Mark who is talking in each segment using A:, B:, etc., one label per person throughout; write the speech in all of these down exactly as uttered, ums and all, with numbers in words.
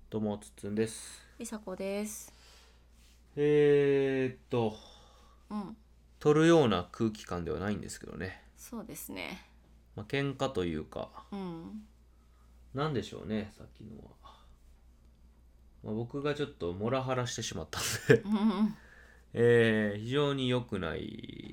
A: どうもつっつんです。
B: りさこです。
A: えーっと
B: うん、
A: 取るような空気感ではないんですけどね。
B: そうですね。
A: まあ喧嘩というか、
B: うん、
A: なんでしょうね。さっきのは、まあ、僕がちょっとモラハラしてしまったんで、
B: うん、
A: えー非常に良くない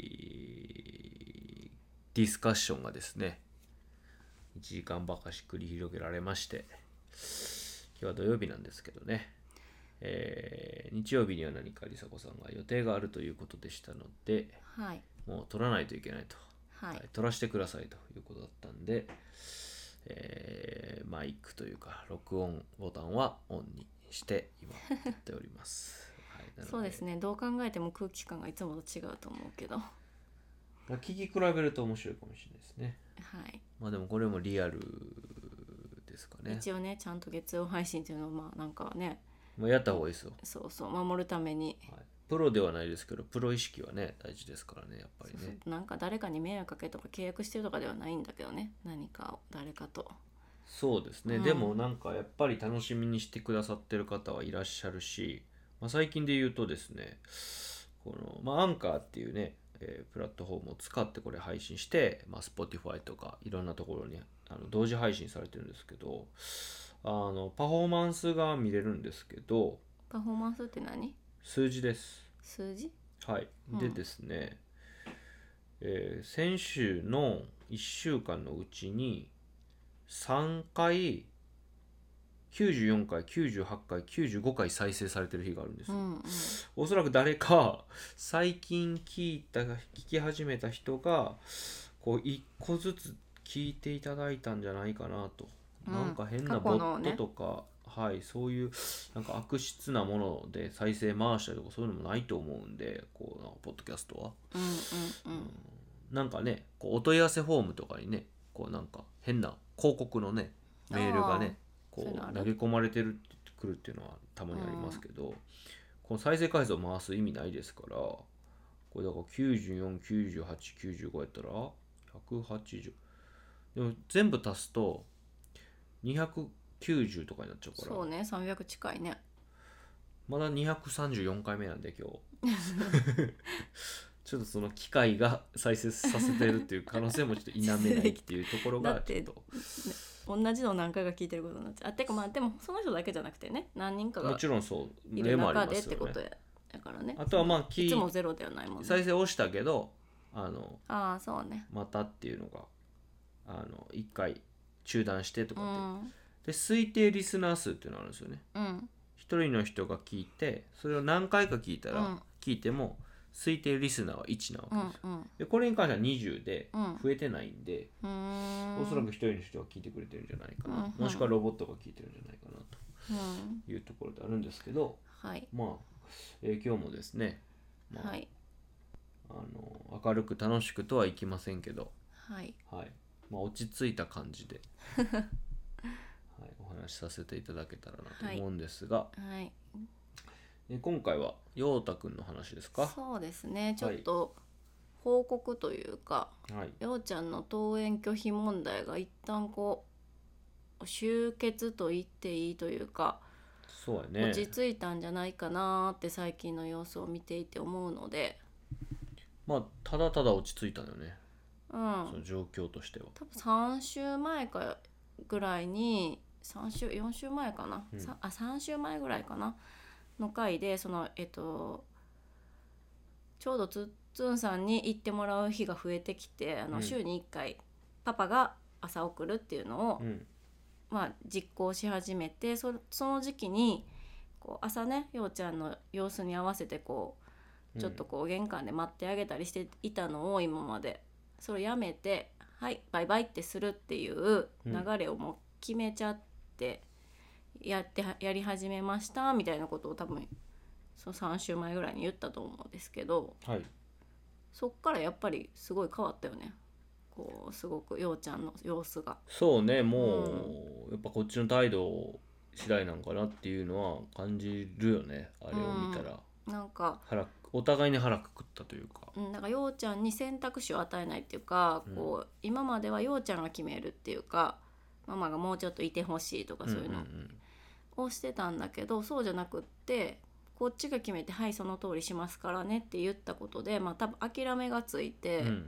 A: ディスカッションがですね、いちじかんばかし繰り広げられまして、今日は土曜日なんですけどね、えー日曜日には何かりさこさんが予定があるということでしたので、
B: はい、
A: もう撮らないといけないと、はい、
B: はい、
A: 撮らせてくださいということだったんで、えーマイクというか録音ボタンはオンにして今撮っております。はい、なので
B: そうですね。どう考えても空気感がいつもと違うと思うけど、は
A: 聞き比べると面白いかもしれないですね。
B: い。
A: まあでもこれもリアルですかね。
B: 一応ね、ちゃんと月曜配信っていうのをまあなんかね、
A: まあ、やった方がいいですよ。
B: そうそう守るために、
A: はい、プロではないですけど、プロ意識はね大事ですからね、やっぱりね。
B: そうそうなんか誰かに迷惑かけとか契約してるとかではないんだけどね、何かを誰かと。
A: そうですね、
B: うん、
A: でもなんかやっぱり楽しみにしてくださってる方はいらっしゃるし、まあ、最近で言うとですね、この、まあ、アンカーっていうね、えープラットフォームを使ってこれ配信して、まあ、Spotify とかいろんなところにあの同時配信されてるんですけど、あのパフォーマンスが見れるんですけど、
B: パフォーマンスって何？
A: 数字です。
B: 数字？
A: はい。で
B: うん
A: ですね、えー先週のいっしゅうかんのうちにさんかい、きゅうじゅうよんかい、きゅうじゅうはちかい、きゅうじゅうごかい再生されてる日があるんですよ。
B: うんうん
A: おそらく誰か最近聞いた聞き始めた人がこういっこずつ聞いていただいたんじゃないかなと。なん
B: うん
A: か変
B: 過
A: なボット
B: 去のね。
A: とか、はい、そういうなんか悪質なもので再生回したりとかそういうのもないと思うんで、こうなんかポッドキャストは
B: うんうんうん
A: なんかね、こうお問い合わせフォームとかにね、こうなんか変な広告のね、メールが
B: ああ
A: ね、こ
B: そういうのある。
A: う投げ込まれてるくるっていうのはたまにあります
B: うん
A: けど、この再生回数を回す意味ないですから、これだからきゅうじゅうよん、きゅうじゅうはち、きゅうじゅうごやったらひゃくはちじゅう。でも全部足すとにひゃくきゅうじゅうとかになっちゃうから、
B: そうね、さんびゃく近いね。
A: まだにひゃくさんじゅうよんかいめなんで今日。ちょっとその機械が再生させてるっていう可能性もちょっと否めないっていうところ
B: だって
A: がちょっと、
B: 同じの何回か聞いてることになっちゃう。あてかまあでもその人だけじゃなくてね、何人かが
A: もちろんそう
B: いる
A: 例もあり
B: 中でっ
A: ますよね。
B: てことやだからね。
A: あとはまあ
B: いつ
A: き
B: もゼロではないもんね。
A: 再生押したけど、あの
B: ああそうね。
A: またっていうのがあのいっかい中断してと
B: う
A: かって
B: ん
A: で推定リスナー数っていうのがあるんですよね。
B: うん
A: 一人の人が聞いてそれを何回か聞いたら、
B: うん
A: 聞いても推定リスナーはいちなわ
B: うん
A: けですよ。
B: うん
A: でこれに関してはにじゅうで
B: うん
A: 増えてないんで、
B: うーん
A: おそらく一人の人が聞いてくれてるんじゃないかな、
B: うん
A: もしくはロボットが聞いてるんじゃないかな
B: うん
A: というところであるんですけど、
B: はい
A: まあ、えー今日もですね、まあ、
B: はい
A: あの明るく楽しくとはいきませんけど、
B: はい
A: はい、まあ、落ち着いた感じで、はい、お話しさせていただけたらなと思うんですが、
B: はい
A: え今回は陽太くんの話ですか？
B: そうですね。ちょっと報告というか、
A: はい、
B: ようちゃんの登園拒否問題が一旦こう終結と言っていいというか、
A: そうやね。
B: 落ち着いたんじゃないかなって最近の様子を見ていて思うので、
A: まあただただ落ち着いたのよね、
B: うん
A: その状況としては。
B: 多分さん週前かぐらいにさん週よん週前かな、
A: うん
B: さあさん週前ぐらいかなの回で、そのえっとちょうどつっつんさんに行ってもらう日が増えてきて、あ
A: うん
B: の週にいっかいパパが朝送るっていうのを、
A: うん
B: まあ、実行し始めて、 そ, その時期にこう朝ねようちゃんの様子に合わせてこうちょっとこう玄関で待ってあげたりしていたのを今までそれやめて、はいバイバイってするっていう流れをもう決めちゃってやってやり始めましたみたいなことを多分そのさん週前ぐらいに言ったと思うんですけど、
A: はい、
B: そっからやっぱりすごい変わったよね。こうすごくようちゃんの様子が。
A: そうね、もう、やっぱこっちの態度次第なんかなっていうのは感じるよね、あれを見たら。
B: うん、なんか
A: 腹お互いに腹くくったというか。
B: うんなんかようちゃんに選択肢を与えないっていうか、
A: うん
B: こう今まではようちゃんが決めるっていうか、ママがもうちょっといてほしいとかそういうの
A: んんん
B: をしてたんだけど、そうじゃなくってこっちが決めてはいその通りしますからねって言ったことで、まあ多分諦めがついて、
A: うん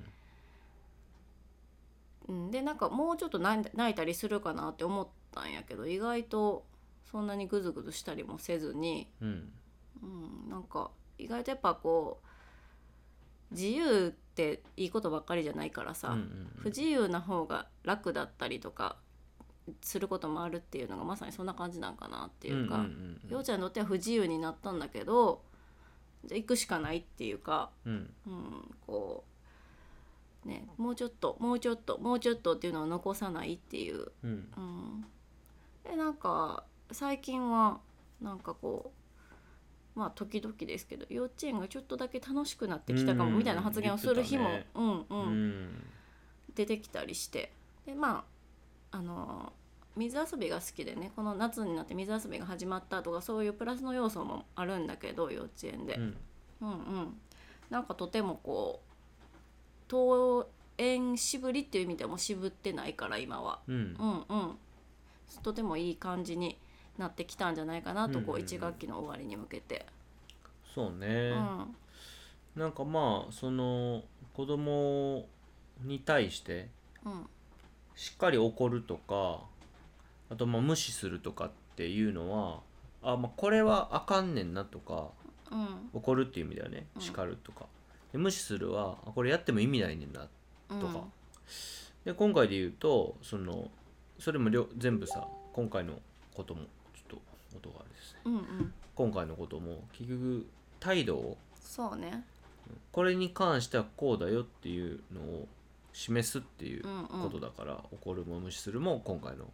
B: うん、でなんかもうちょっと泣い泣いたりするかなって思ったんやけど、意外とそんなにグズグズしたりもせずに、
A: うん
B: うん、なんか意外とやっぱこう自由っていいことばっかりじゃないからさ、
A: うんうん
B: 不自由な方が楽だったりとかすることもあるっていうのがまさにそんな感じなんかなっていうか、
A: うんうんうんうん
B: ようちゃんにとっては不自由になったんだけど、じゃあ行くしかないっていうか、
A: うん
B: うん、こうね、もうちょっともうちょっともうちょっとっていうのを残さないっていう、
A: うん
B: うん、でなんか最近はなんかこうまあ時々ですけど幼稚園がちょっとだけ楽しくなってきたかもみたいな発言をする日も、
A: 言って
B: うんう
A: うんん
B: 出てきたりして、でまああの水遊びが好きでね、この夏になって水遊びが始まったとかそういうプラスの要素もあるんだけど幼稚園で、
A: うん
B: うんうんなんかとてもこう登園しぶりっていう意味でも渋ってないから今は、
A: うん
B: うんうんとてもいい感じになってきたんじゃないかなと、こ
A: うんうんうん
B: ういち学期の終わりに向けて、
A: そう
B: う
A: ね、
B: ん
A: なんかまあその子供に対して
B: うん
A: しっかり怒るとか、あとまあ無視するとかっていうのは、あ、まあ、これはあかんねんなとか、
B: うん
A: 怒るっていう意味ではね、
B: うん
A: 叱るとかで、無視するはあこれやっても意味ないねんな
B: うん
A: とか、で今回で言うとそのそれもりょ全部さ、今回のこともちょっと音があれですね、
B: うんうん
A: 今回のことも結局態度を、
B: そうね、
A: これに関してはこうだよっていうのを示すっていう
B: うんうん
A: ことだから、怒るも無視するも今回の、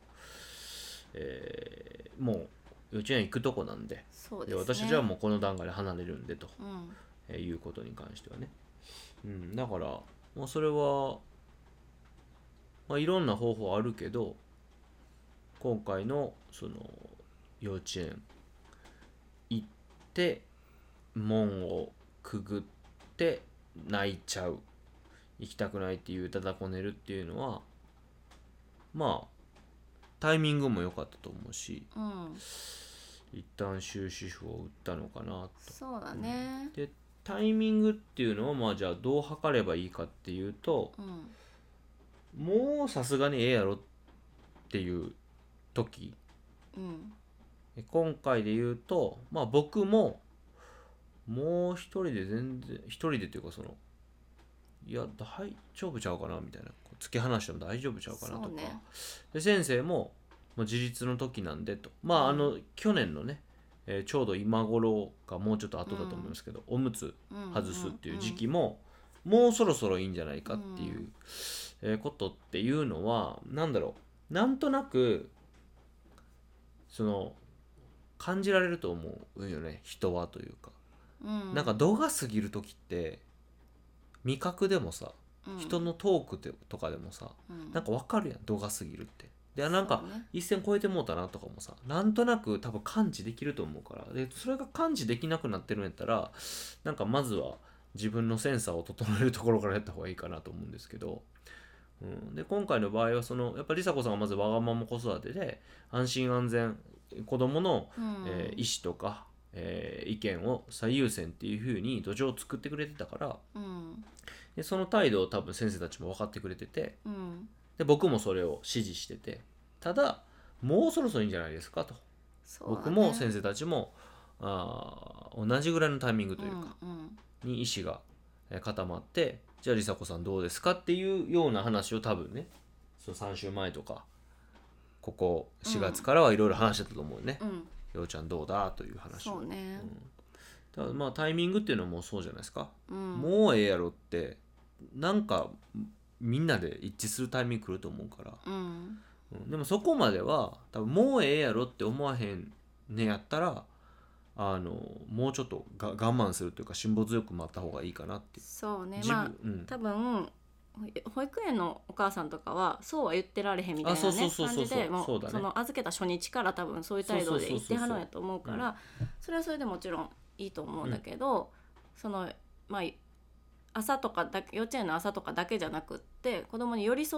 A: えーもう幼稚園行くとこなんで、で
B: そうですね、
A: 私たちはもうこの段階で離れるんでと、
B: うん
A: えーいうことに関してはね、うん、だからもうそれは、まあ、いろんな方法あるけど、今回のその幼稚園行って門をくぐって泣いちゃう、行きたくないっていうただこねるっていうのはまあタイミングも良かったと思うし、
B: うん
A: 一旦終止符を打ったのかなと。
B: そうだね、
A: でタイミングっていうのをまあじゃあどう測ればいいかっていうと、
B: うん
A: もうさすがにええやろっていう時、
B: うん
A: 今回で言うとまあ僕ももう一人で全然一人でっていうか、そのいや大丈夫ちゃうかなみたいな、こう突き放しても大丈夫ちゃうかなとか、
B: そうね
A: で先生ももう自立の時なんでと、まああの去年のね、えーちょうど今頃かもうちょっと後だと思うんですけど、おむつ外すっていう時期ももうそろそろいいんじゃないかっていう、えーことっていうのはなんだろう、なんとなくその感じられると思うよね、人はというか、
B: うん
A: なんか度が過ぎる時って味覚でもさ、
B: うん
A: 人のトークでとかでもさ、
B: うん
A: なんかわかるやん、度が過ぎるって。でなんか
B: そうね
A: 一線超えてもうたなとかもさ、なんとなく多分感知できると思うから、でそれが感知できなくなってるんやったら、なんかまずは自分のセンサーを整えるところからやった方がいいかなと思うんですけど、うん、で今回の場合はそのやっぱり梨紗子さんはまずわがまま子育てで安心安全、子供の、
B: うん
A: えー意思とか、えー意見を最優先っていう風に土壌を作ってくれてたから、
B: うん
A: でその態度を多分先生たちも分かってくれてて、
B: うん
A: で僕もそれを指示してて、ただもうそろそろいいんじゃないですかと、
B: そうだね
A: 僕も先生たちもあー同じぐらいのタイミングというか、
B: うんうん
A: に意思がえー固まって、じゃあ梨紗子さんどうですかっていうような話を多分ね、そのさん週前とかここしがつからはいろいろ話してたと思うね、
B: うん
A: ようちゃんどうだという話を、
B: そうね
A: うん、だからまあタイミングっていうのもそうじゃないですか、
B: うん
A: もうええやろってなんかみんなで一致するタイミング来ると思うから、
B: うん
A: うん、でもそこまでは多分もうええやろって思わへんねやったら、あのもうちょっとが我慢するというか辛抱強く待った方がいいかなっていう。
B: そうね
A: 自分
B: まあ
A: うん
B: 多分保育園のお母さんとかはそうは言ってられへんみたいな
A: あそう
B: ね
A: そうそうそう
B: 感じでも
A: そうだね
B: その預けた初日から多分そういう態度で言ってはるんやと思うか
A: そうそう
B: ら、それはそれでもちろんいいと思うんだけど、そのまあ朝とかだけ幼稚園の朝とかだけじゃなくって子供に寄り添う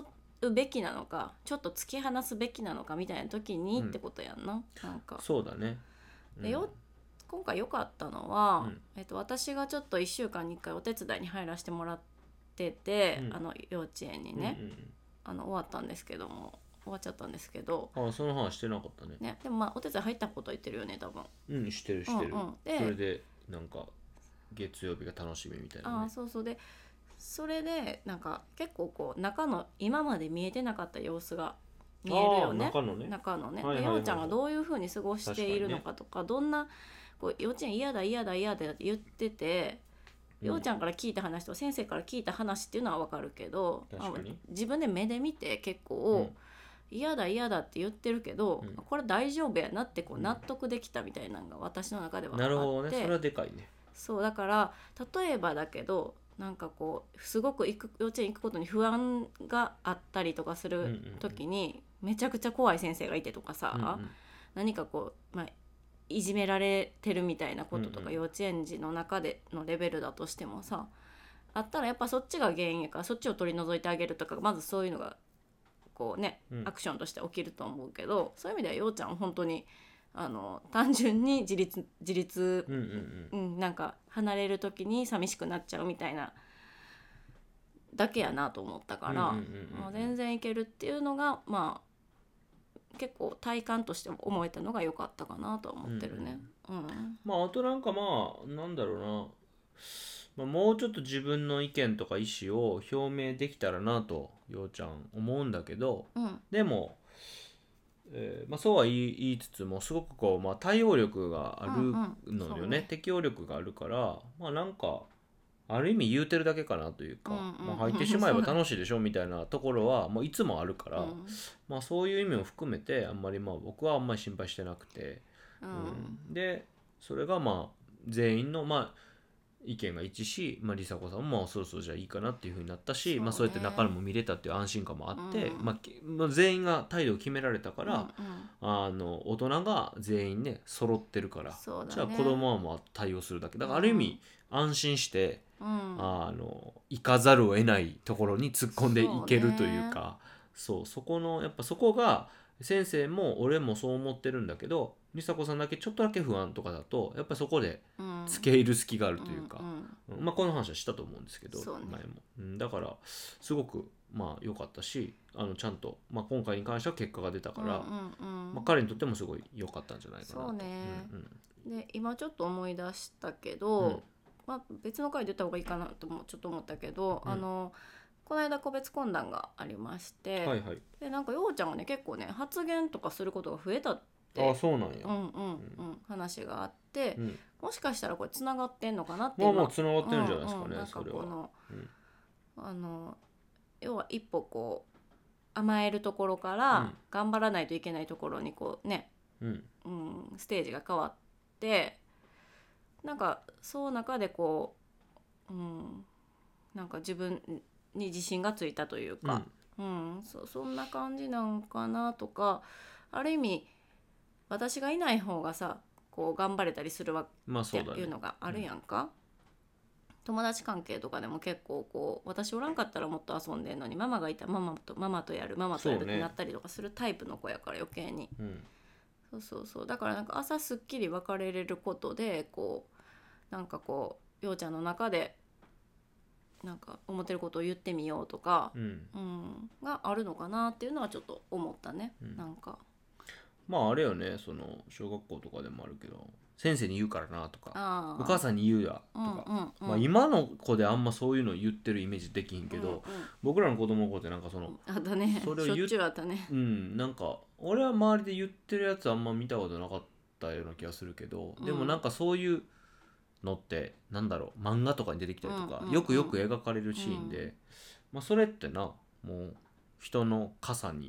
B: るべきなのかちょっと突き放すべきなのかみたいな時に
A: うん
B: ってことやんな、なんか
A: そうだね、
B: でよ今回良かったのは、
A: うん
B: えっと、私がちょっといっしゅうかんにいっかいお手伝いに入らせてもらってて、
A: うん
B: あの幼稚園に
A: うん
B: ね、あの終わったんですけども終わっちゃったんですけど、
A: うんうん、あその話してなかったね。
B: ね、でもまあお手伝い入ったこと言ってるよね多分。
A: うんしてるしてる、
B: うんうんで
A: それでなんか月曜日が楽しみみたいな、ね、
B: ああそうそうでそれでなんか結構こう中の今まで見えてなかった様子が見えるよね。
A: あー中のね
B: 中のね、
A: はいはいはいはい
B: でようちゃんがどういう風に過ごしているのかとか、どんなこう幼稚園嫌だ嫌だ嫌だって言ってて、
A: うん
B: ようちゃんから聞いた話と先生から聞いた話っていうのは分かるけど、
A: 確かに
B: あ自分で目で見て結構、嫌だ嫌だって言ってるけど、
A: うん
B: これ大丈夫やなってこう
A: うん
B: 納得できたみたいなのが私の中ではあって、
A: なるほどね、それはでかいね。
B: そうだから例えばだけどなんかこうすごく行く幼稚園行くことに不安があったりとかする時に、めちゃくちゃ怖い先生がいてとかさ、
A: うんうん
B: 何かこう、まあ、いじめられてるみたいなこととか、
A: うんうん
B: 幼稚園児の中でのレベルだとしてもさあったらやっぱそっちが原因やからそっちを取り除いてあげるとか、まずそういうのがこうね、
A: うん
B: アクションとして起きると思うけど、そういう意味ではようちゃんは本当にあの単純に自立自立、
A: うんうんうん
B: うん、なんか離れる時に寂しくなっちゃうみたいなだけやなと思ったから、
A: うんうんうんうん
B: まあ全然いけるっていうのがまあ結構体感としても思えたのが良かったかなとは思ってるね。うん
A: まああとなんかまあなんだろうな、まあ、もうちょっと自分の意見とか意思を表明できたらなとようちゃん思うんだけど、
B: うん
A: でも、えーまあ、そうは言い言いつつもすごくこう、まあ、対応力があるのよね、
B: うんうんそうね
A: 適応力があるからまあなんかある意味言うてるだけかなというか、
B: うんうんうん
A: まあ、入ってしまえば楽しいでしょみたいなところはもういつもあるから、
B: うん
A: まあ、そういう意味も含めてあんまりまあ僕はあんまり心配してなくて、
B: うん
A: うんでそれがまあ全員のまあ意見が一致し、まあ、梨紗子さんもまあそろそろじゃあいいかなっていうふうになったし、
B: そうね
A: まあ、そうやって中身も見れたっていう安心感もあって、
B: うん
A: まあきまあ、全員が態度を決められたから、
B: うんうん
A: あの大人が全員ね揃ってるから、
B: そうだね
A: じゃあ子供はまあ対応するだけだからある意味安心して、
B: うん
A: あの行かざるを得ないところに突っ込んでいけるというかそう、そこのやっぱそこが先生も俺もそう思ってるんだけど梨紗子さんだけちょっとだけ不安とかだとやっぱりそこで
B: うん
A: 付け入る隙があるというか、
B: うんうん
A: うんまあこの話はしたと思うんですけど、
B: そうね
A: 前も、うん、だからすごくまあ良かったしあのちゃんと、まあ、今回に関しては結果が出たから、
B: うんうんうん
A: まあ、彼にとってもすごい良かったんじゃないかなと。
B: そうね
A: うんうん
B: で今ちょっと思い出したけど、
A: うん
B: まあ、別の回で言った方がいいかなともちょっと思ったけど、
A: うん
B: あのこの間個別懇談がありまして、
A: はいはい。
B: でなんかようちゃんがね結構ね発言とかすることが増えたって
A: ああそうなんや。
B: うんうんうん、話があって、
A: うん、
B: もしかしたらこれつながってんのかなって
A: まあ
B: 今
A: まあつながってるんじゃないですかね、
B: うんうんなんか
A: それは。
B: この
A: うん
B: あの要は一歩こう甘えるところから
A: うん
B: 頑張らないといけないところにこうね、
A: うん
B: うん、ステージが変わってなんかそう中でこう、うん、なんか自分に自信がついたというか、うんそ, そんな感じなんかなとか、ある意味私がいない方がさこう頑張れたりするわって
A: まあそうだね。
B: いうのがあるやんか、友達関係とかでも結構こう私おらんかったらもっと遊んでんのにママがいたらママとママとやるママとやる
A: そうね
B: ってなったりとかするタイプの子やから余計に
A: うん
B: そうそうそうだからなんか朝すっきり別れれることでこうなんかこうようちゃんの中でなんか思ってることを言ってみようとか、
A: うん、
B: うん、があるのかなっていうのはちょっと思ったね、
A: うん
B: なんか
A: まああれよね、その小学校とかでもあるけど先生に言うからなとか
B: あ
A: お母さんに言うやと
B: うん
A: か、
B: うんうん
A: まあ、今の子であんまそういうの言ってるイメージできひんけど、
B: うんうん
A: 僕らの子供の子ってなんかその
B: あったね
A: それを言っ
B: しょっちゅうあったね
A: うんなんか俺は周りで言ってるやつあんま見たことなかったような気がするけど、でもなんかそういうのってなんだろう漫画とかに出てきたりとか、
B: うんうんうん
A: よくよく描かれるシーンで、まあ、それってなもう人の傘に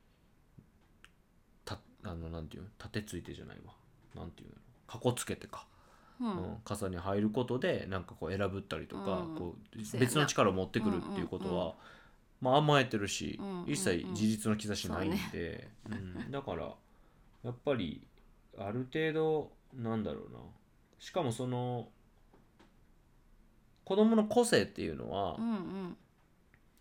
A: たあのなんていうの立てついてじゃないわなんていうのかこつけてか、
B: うん
A: うん傘に入ることでなんかこう選ぶったりとか、
B: うん
A: こう
B: そうやな
A: 別の力を持ってくるっていうことは、
B: うんうんうん
A: まあ、甘えてるし、
B: うんうんうん
A: 一切事実の兆しないんで、うん、だからやっぱりある程度なんだろうな、しかもその子供の個性っていうのは、
B: うんうん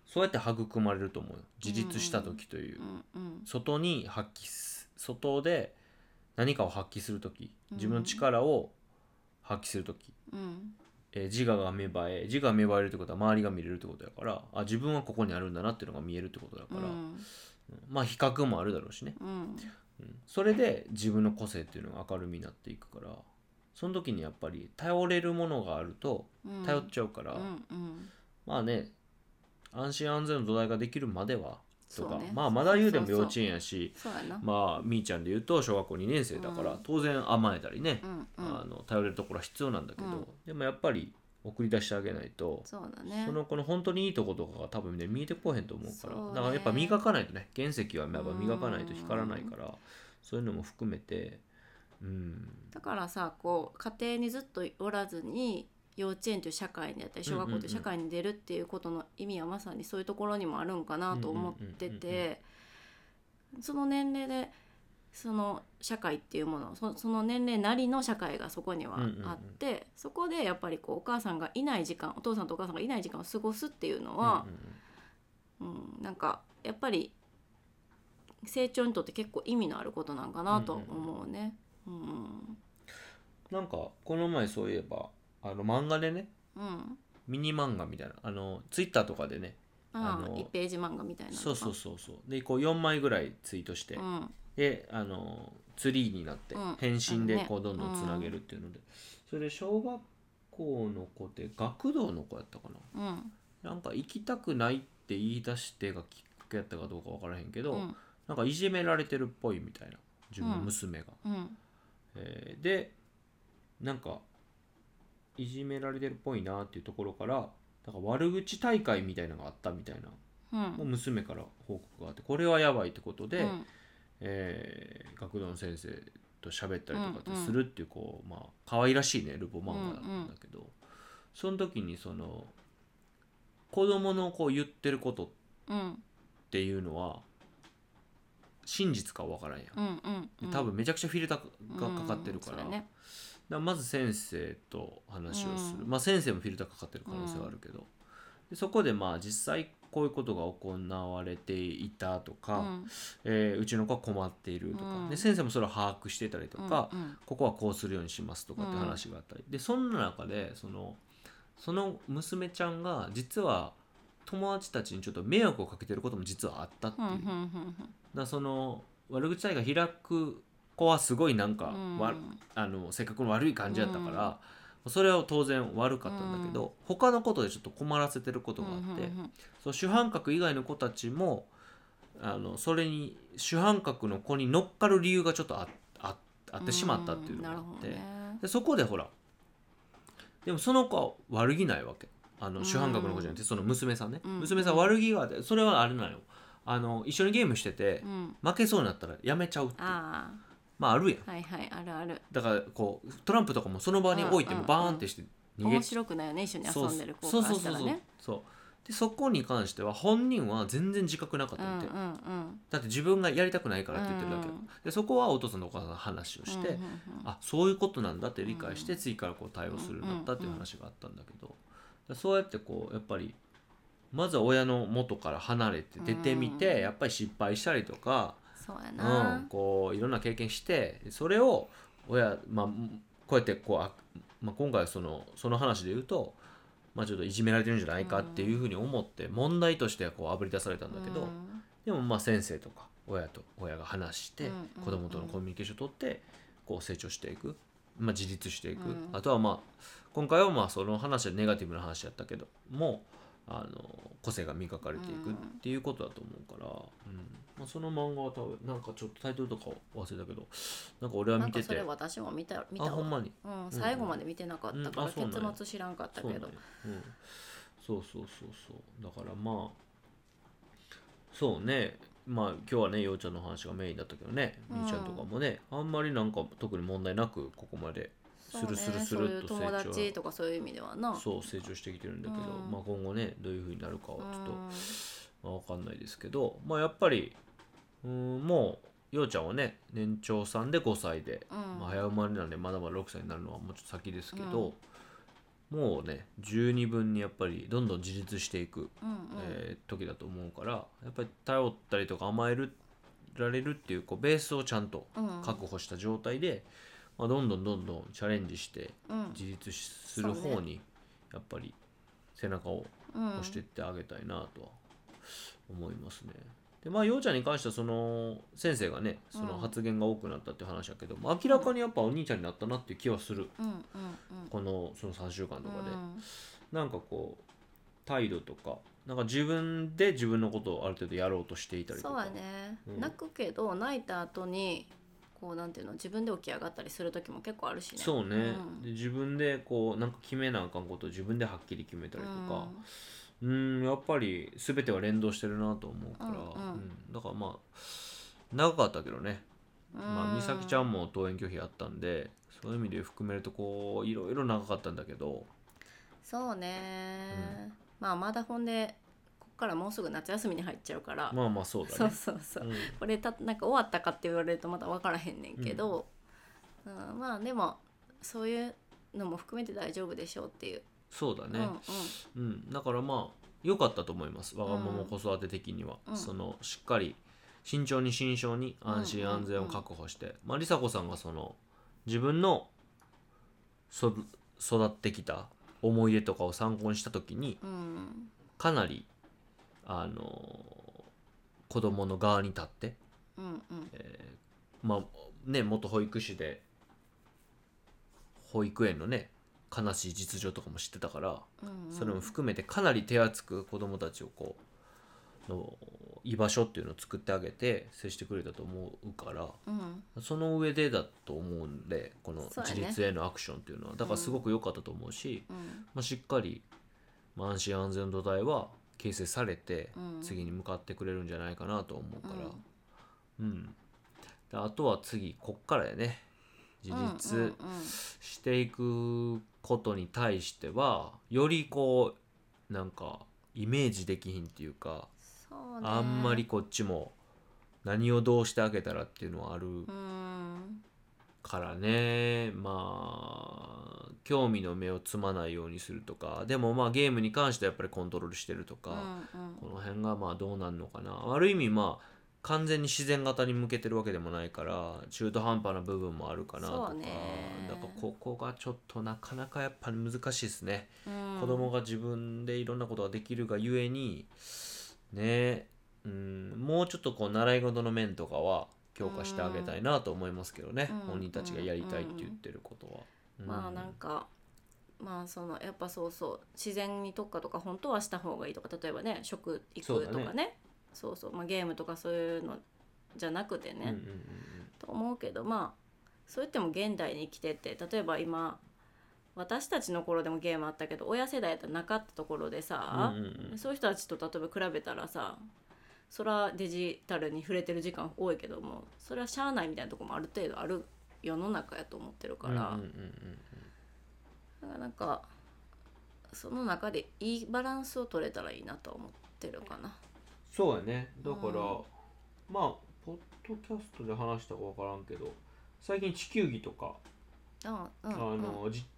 A: そうやって育まれると思うよ。自立した時という、
B: うんうん
A: 外に発揮す外で何かを発揮する時、
B: うん
A: 自分の力を発揮する時、
B: うん
A: えー自我が芽生え自我が芽生えるってことは周りが見れるってことやから、あ自分はここにあるんだなっていうのが見えるってことだか
B: う
A: ら、
B: ん
A: まあ比較もあるだろうしね、
B: うん
A: うん、それで自分の個性っていうのが明るみになっていくから、その時にやっぱり頼れるものがあると
B: うん
A: 頼っちゃうから、
B: うんうん
A: まあね、安心安全の土台ができるまではとか、
B: そうね
A: まあまだ言うでも
B: そうそうそう
A: 幼稚園やし、
B: そうやな
A: まあみーちゃんで言うと小学校にねん生だから、
B: うん
A: 当然甘えたりね、
B: うんうん
A: あの頼れるところは必要なんだけど、
B: うん
A: でもやっぱり送り出してあげないと、
B: そうだね
A: その子の本当にいいとことかが多分ね見えてこへんと思うから、
B: そうね
A: だからやっぱ磨かないとね、原石はやっぱ磨かないと光らないから、そういうのも含めて、うん
B: だからさこう家庭にずっとおらずに幼稚園という社会にあったり小学校という社会に出るっていうことの意味はまさにそういうところにもあるんかなと思ってて、その年齢でその社会っていうもの そ, その年齢なりの社会がそこにはあって、
A: うんうんうん
B: そこでやっぱりこうお母さんがいない時間お父さんとお母さんがいない時間を過ごすっていうのは、
A: うんうん
B: うん、なんかやっぱり成長にとって結構意味のあることなんかなと思うね。うん
A: なんかこの前そういえばあの漫画でね、
B: うん
A: ミニ漫画みたいな、あのツイッターとかでね、
B: あ
A: あの
B: いちページ漫画みたいなの
A: そうそうそうそうでこうよんまいぐらいツイートして、
B: うん
A: であのツリーになって
B: うん
A: 返信でこう
B: あのね
A: どんどんつなげるっていうので、それで小学校の子で学童の子やったかな、
B: うん
A: なんか行きたくないって言い出してがきっかけやったかどうか分からへんけど、
B: うん
A: なんかいじめられてるっぽいみたいな、自分の娘が、
B: うん
A: えーでなんかいじめられてるっぽいなっていうところから、なんか悪口大会みたいなのがあったみたいな、
B: うん
A: もう娘から報告があって、これはやばいってことで、
B: うん
A: えー学童の先生と喋ったりとかってするっていう、こうまあ可愛らしいねルポ漫画だったんだけど、その時にその子供のこう言ってること
B: うん
A: っていうのは真実か分からんやん、
B: うんうんうん
A: 多分めちゃくちゃフィルターがかかってるから、
B: うんそうやね
A: だからまず先生と話をする、
B: うん
A: まあ先生もフィルターかかってる可能性はあるけど、でそこでまあ実際こういうことが行われていたとか、
B: うん
A: えーうちの子は困っているとか、
B: うん
A: で先生もそれを把握してたりとか、
B: うんうん
A: ここはこうするようにしますとかって話があったり、でそんな中でそのその娘ちゃんが実は友達たちにちょっと迷惑をかけてることも実はあったっていう、
B: うんうん
A: だからその悪口大会開く子はすごいなんか、
B: うん
A: わあの性格の悪い感じだったから、それは当然悪かったんだけど、他のことでちょっと困らせてることがあって、
B: うんうん
A: そう主犯格以外の子たちもあのそれに主犯格の子に乗っかる理由がちょっとあああってしまったっていうのがあって、
B: うんなるほどね
A: でそこでほらでもその子は悪気ないわけ、あの
B: うん
A: 主犯格の子じゃなくてその娘さんね、
B: うん
A: 娘さん悪気があって、それはあれなのよ、あの一緒にゲームしてて
B: う、ん
A: 負けそうになったらやめちゃうっていう、
B: あ
A: まああるやん。
B: あはいはいあるある
A: だからこうトランプとかもその場に置いてもバーンってして逃げ
B: 面白くないよね一緒に遊んでる子
A: そう
B: から
A: そうそうそう
B: したらね
A: そうでそこに関しては本人は全然自覚なかったみたい、
B: うんうんうん
A: だって自分がやりたくないからって言ってるだけ、
B: うん
A: でそこはお父さんとお母さんの話をして、
B: うんうんうん
A: あそういうことなんだって理解して
B: うん
A: 次からこう対応するようになったっていう話があったんだけど、だそうやってこうやっぱりまずは親の元から離れて出てみて、
B: うん
A: やっぱり失敗したりとか、
B: そうや
A: う
B: な、
A: ん、こういろんな経験してそれを親、まあ、こうやってこうあ、まあ、今回はそのその話で言うと、まあ、ちょっといじめられてるんじゃないかっていうふうに思って問題としてこうあぶり出されたんだけど、
B: うん
A: でもまあ先生とか親と親が話して
B: うん
A: 子供とのコミュニケーションを取ってこう成長していく、まあ、自立していく、
B: うん
A: あとはまあ今回はまあその話はネガティブな話やったけどもあの個性が磨かれていくっていうことだと思うから、うんまあ、その漫画は多分なんかちょっとタイトルとか忘れたけどなんか俺は見てて、
B: なんかそれ私も見た見たわ
A: あほんまに
B: うん、最後まで見てなかったから
A: うんあそうなんや
B: 結末知らんかった
A: そうね
B: けど、
A: うん、そうそうそうそうだからまあそうねまあ今日はねようちゃんの話がメインだったけどね
B: うん
A: みーちゃんとかもねあんまりなんか特に問題なくここまでスルスルス
B: そうね、そういう友
A: ルっと成長
B: 達とかそういう意味ではな
A: そう成長してきてるんだけど、
B: うん
A: まあ今後ねどういう風になるかはちょっと、
B: うん
A: まあ、わかんないですけどまあやっぱりうーんもうようちゃんはね年長さんでごさいで、
B: うん
A: まあ、早生まれなんでまだまだろくさいになるのはもうちょっと先ですけど、
B: うん
A: もうね十二分にやっぱりどんどん自立していく、
B: うんうん
A: えー時だと思うから、やっぱり頼ったりとか甘えるられるっていう、こうベースをちゃんと
B: うん
A: 確保した状態で、まあ、どんどんどんどんチャレンジして
B: うん
A: 自立する方にやっぱり背中を
B: うん
A: 押していってあげたいなとは思いますね。でまあようちゃんに関してはその先生がねその発言が多くなったっていう話だけど、まあ明らかにやっぱお兄ちゃんになったなっていう気はする、
B: うんうんうん
A: このそのさんしゅうかんとかで、
B: うん
A: なんかこう態度とかなんか自分で自分のことをある程度やろうとしていたりとか。
B: そうやね、
A: うん
B: 泣くけど泣いた後にこうなんていうの自分で起き上がったりする時も結構あるしね。
A: そうね、
B: うん
A: で自分でこうなんか決めなあかんことを自分ではっきり決めたりとか、うんやっぱり全ては連動してるなと思うから、
B: うんうん
A: うんだからまあ長かったけどね、
B: うん
A: まあ、美咲ちゃんも登園拒否あったんでそういう意味で含めるとこういろいろ長かったんだけど、
B: そうね、まあまだほんでこっからもうすぐ夏休みに入っちゃうから、
A: まあまあそうだ
B: そう
A: ね。
B: そうそう、
A: うん
B: これたなんか終わったかって言われるとまだ分からへんねんけど、うんまあでもそういうのも含めて大丈夫でしょうっていう。
A: そうだね、
B: うん
A: うんだからまあ良かったと思います、わがまま子育て的には、
B: うん
A: そのしっかり慎重に慎重に安心安全を確保して、まあ梨紗子さんがその自分のそ育ってきた思い出とかを参考にした時に
B: うんうん
A: かなりあの子供の側に立って、
B: うんうん
A: まあね元保育士で保育園のね悲しい実情とかも知ってたから、
B: うんうん
A: それも含めてかなり手厚く子供たちをこうの居場所っていうのを作ってあげて接してくれたと思うから
B: うん
A: その上でだと思うんでこの
B: そうやね
A: 自立へのアクションっていうのはだからすごく良かったと思うし、
B: うん
A: まあ、しっかり、まあ、安心安全の土台は形成されて
B: うん
A: 次に向かってくれるんじゃないかなと思うから、うんであとは次こっからやね自立していくことに対してはよりこうなんかイメージできひんっていうか
B: そうね
A: あんまりこっちも何をどうしてあげたらっていうのはある
B: うん
A: からね、まあ興味の目をつまないようにするとかでもまあゲームに関してはやっぱりコントロールしてるとか、
B: うんうん
A: この辺がまあどうなんのかなある意味まあ完全に自然型に向けてるわけでもないから中途半端な部分もあるかなとか、
B: そうね
A: だからここがちょっとなかなかやっぱり難しいですね、
B: うん
A: 子供が自分でいろんなことができるがゆえにねうんもうちょっとこう習い事の面とかは強化してあげたいなと思いますけどね、
B: うん
A: 本人たちがやりたいって言ってることは、うん
B: まあなんかまあそのやっぱそうそう自然に特化とか本当はした方がいいとか例えばね食育とかね
A: そうだね
B: そうそうまあ、ゲームとかそういうのじゃなくてね、
A: うんうんうん
B: と思うけどまあそう言っても現代に生きてて例えば今私たちの頃でもゲームあったけど親世代やったらなかったところでさ、
A: うんうんうん
B: そういう人たちと例えば比べたらさそれはデジタルに触れてる時間多いけどもそれはしゃあないみたいなところもある程度ある世の中やと思ってるから、
A: うんうんうんうん
B: だからなんかその中でいいバランスを取れたらいいなとは思ってるかな。
A: そうやねだから、
B: うん
A: まあポッドキャストで話したか分からんけど最近地球儀とか、
B: あうん
A: あ
B: うん
A: のじ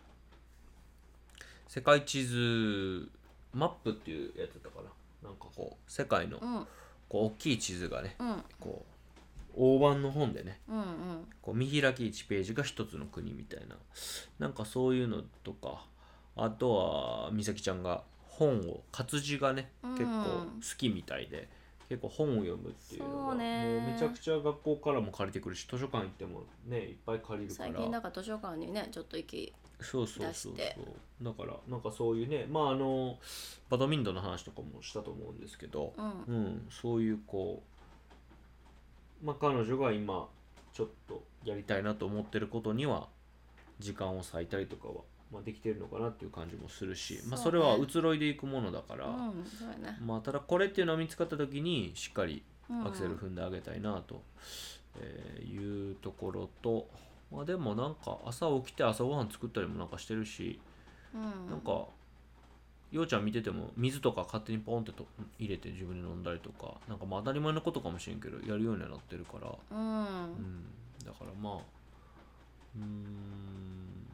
A: 世界地図マップっていうやつだったかななんかこう世界の
B: うん
A: こう大きい地図がね
B: うん
A: こう大判の本でね
B: うんうん
A: こう見開きいちページが一つの国みたいななんかそういうのとかあとは美咲ちゃんが本を活字がね
B: うん
A: 結構好きみたいで、結構本を読むっていうのが
B: そうね
A: もうめちゃくちゃ学校からも借りてくるし図書館行ってもねいっぱい借りるから
B: 最近だから図書館にねちょっと行き
A: そうそうそうそう
B: 出して
A: だからなんかそういうねまああのバドミントンの話とかもしたと思うんですけど、
B: うん
A: うん、そういうこうまあ彼女が今ちょっとやりたいなと思ってることには時間を割いたりとかは、まあ、できてるのかなっていう感じもするし、まあ、
B: そうね
A: それは移ろいでいくものだから、
B: うんそうやね
A: まあ、ただこれっていうのを見つかった時にしっかり
B: うん
A: アクセル踏んであげたいなと、えーいうところと、まあ、でもなんか朝起きて朝ごはん作ったりもなんかしてるし、
B: うん
A: なんかようちゃん見てても水とか勝手にポンってと入れて自分で飲んだりとかなんかまあ当たり前のことかもしれんけどやるようにはなってるから、
B: うん
A: うん、だからまあうーん、ま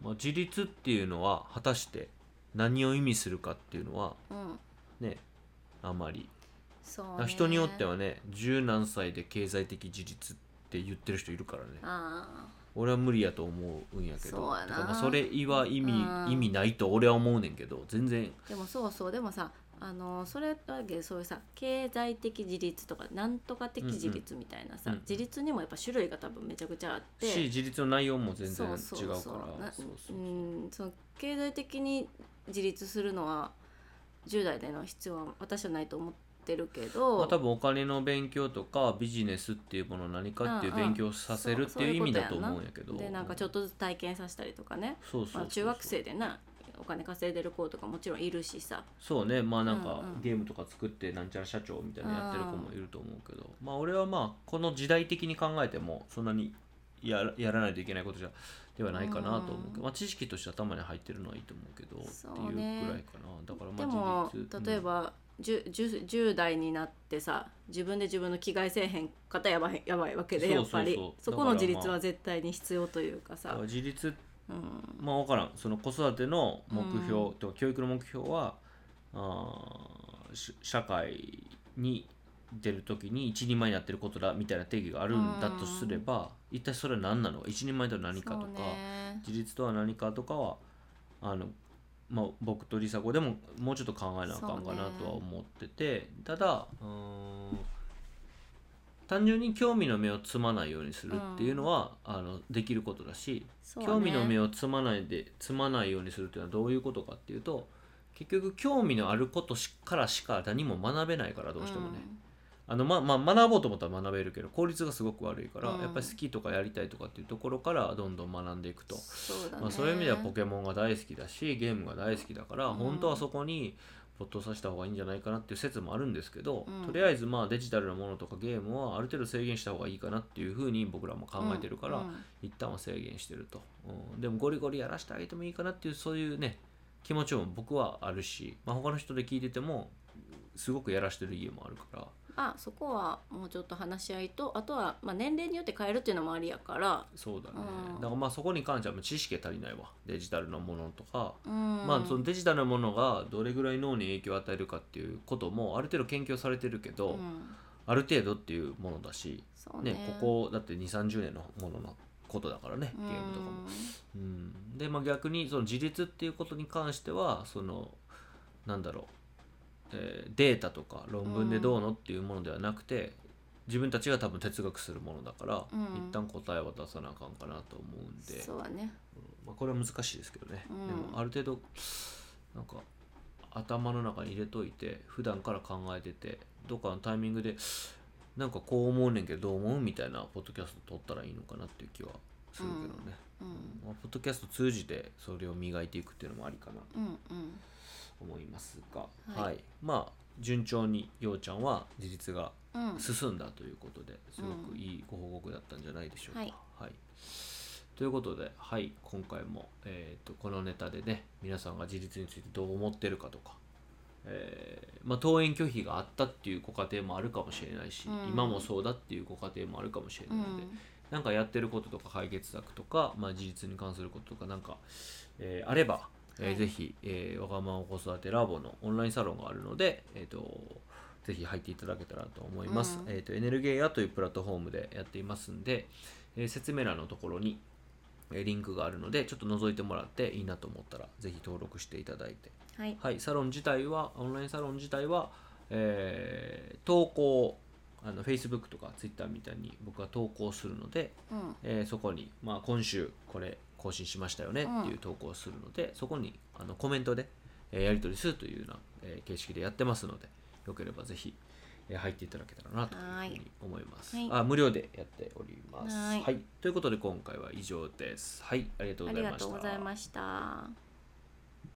A: まあ、自立っていうのは果たして何を意味するかっていうのは
B: うん
A: ね、あまり
B: そうね
A: 人によってはね、十何歳で経済的自立って言ってる人いるからね。
B: あ
A: 俺は無理やと思うんやけど、
B: そうやな
A: だからまあそれは意味、
B: うん
A: 意味ないと俺は思うねんけど、全然
B: でもそうそうでもさあのそれだけそういうさ経済的自立とかなんとか的自立みたいなさ、
A: うんうん
B: 自立にもやっぱ種類が多分めちゃくちゃあって
A: し、自立の内容も全然違うから、
B: そうそうそうな
A: そうそう
B: うんその経済的に自立するのはじゅう代での必要は私はないと思ってるけど、
A: まあ、多分お金の勉強とかビジネスっていうものを何かっていう勉強させるっていう意味だと思うんやけど、
B: でなんかちょっとずつ体験させたりとかね、
A: そうそうそうそう、
B: まあ、中学生でなお金稼いでる子とかもちろんいるしさ、
A: そうね、まあなんか
B: うんうん
A: ゲームとか作ってなんちゃら社長みたいなのやってる子もいると思うけど、まあ俺はまあこの時代的に考えてもそんなにやら、やらないといけないことじゃではないかなと思うけど、
B: うん
A: まあ知識として頭に入ってるのはいいと思うけど
B: そう
A: っていう
B: ね
A: ぐらいかな。だから
B: で
A: ま
B: も
A: あ自立、
B: 例えば 10, 10, じゅう代になってさ自分で自分の着替えせえへん方やばいやばいわけで、
A: そう
B: やっぱり
A: そうそう
B: そこの自立
A: だからまあ
B: は絶対に必要というかさ、
A: うん、自立
B: うん
A: まあ分からん、その子育ての目標とか教育の目標は、あーし社会に出るときに一人前になってることだみたいな定義があるんだとすれば、一体それは何なのか、一人前とは何かとか、
B: そうね
A: 自立とは何かとかはあの、まあ、僕と梨紗子でももうちょっと考えなあかんかなとは思ってて、ただうーん単純に興味の目をつまないようにするっていうのは、あのできることだし、
B: そうね
A: 興味の目をつまないでつまないようにするっていうのはどういうことかっていうと、結局興味のあることしからしか何も学べないから、どうしてもね、あのままあ、学ぼうと思ったら学べるけど効率がすごく悪いから、
B: うん
A: やっぱり好きとかやりたいとかっていうところからどんどん学んでいくと、
B: そうだね、
A: まあ、そういう意味ではポケモンが大好きだしゲームが大好きだから、
B: うん
A: 本当はそこに没頭させた方がいいんじゃないかなっていう説もあるんですけど、
B: うん
A: とりあえずまあデジタルなものとかゲームはある程度制限した方がいいかなっていうふうに僕らも考えてるから、
B: うんうん
A: 一旦は制限してると、うん、でもゴリゴリやらせてあげてもいいかなっていうそういうね気持ちも僕はあるし、まあ、他の人で聞いててもすごくやらしてる家もあるから、
B: まあそこはもうちょっと話し合いと、あとはまあ年齢によって変えるっていうのもありやから、
A: そうだね、
B: うん
A: だからまあそこに関しては知識が足りないわ、デジタルなものとか、
B: うん
A: まあそのデジタルなものがどれぐらい脳に影響を与えるかっていうこともある程度研究されてるけど、
B: うん
A: ある程度っていうものだし、
B: そうね
A: ね、ここだってにじゅう、さんじゅうねんのもののことだからね、ゲームとかも、うん、で、まあ、逆にその自立っていうことに関してはそのなんだろう、えーデータとか論文でどうのっていうものではなくて、自分たちが多分哲学するものだから、
B: うん
A: 一旦答えは出さなあかんかなと思うんで、
B: そうだね、
A: うんまあ、これは難しいですけどね、
B: うん
A: でもある程度なんか頭の中に入れといて普段から考えてて、どっかのタイミングでなんかこう思うねんけどどう思うみたいなポッドキャスト撮ったらいいのかなっていう気はするけどね、
B: うん
A: まあ、ポッドキャスト通じてそれを磨いていくっていうのもありかなと
B: うんうん
A: 思いますが、
B: はい
A: はい、まあ順調にようちゃんは自立が
B: うん
A: 進んだということですごくいいご報告だったんじゃないでしょうか。
B: はい
A: はいということで、はい、今回も、えー、とこのネタでね皆さんが自立についてどう思ってるかとか、えーまあ、登園拒否があったっていうご家庭もあるかもしれないし、
B: うん
A: 今もそうだっていうご家庭もあるかもしれないので、
B: うん
A: なんかやってることとか解決策とか、まあ、自立に関することとかなんか、えーあれば、えー
B: はい
A: ぜひ、えー、わがまま子育てラボのオンラインサロンがあるので、えー、とぜひ入っていただけたらと思います、
B: うん
A: えー、とエネルゲーヤというプラットフォームでやっていますんで、えー説明欄のところにえーリンクがあるのでちょっと覗いてもらっていいなと思ったらぜひ登録していただいて、
B: はい
A: はい、サロン自体はオンラインサロン自体は、えー投稿あの Facebook とか Twitter みたいに僕は投稿するので、
B: うん
A: えーそこに、まあ、今週これ更新しましたよねっていう投稿をするので、そこにあのコメントで、えーやり取りするというような、えー形式でやってますのでよければぜひ、えー入っていただけたらなというふうに思います。
B: はい
A: あ無料でやっております。
B: はい
A: はい、ということで今回は以上です。はい、ありがとうございました。
B: ありがとうございました。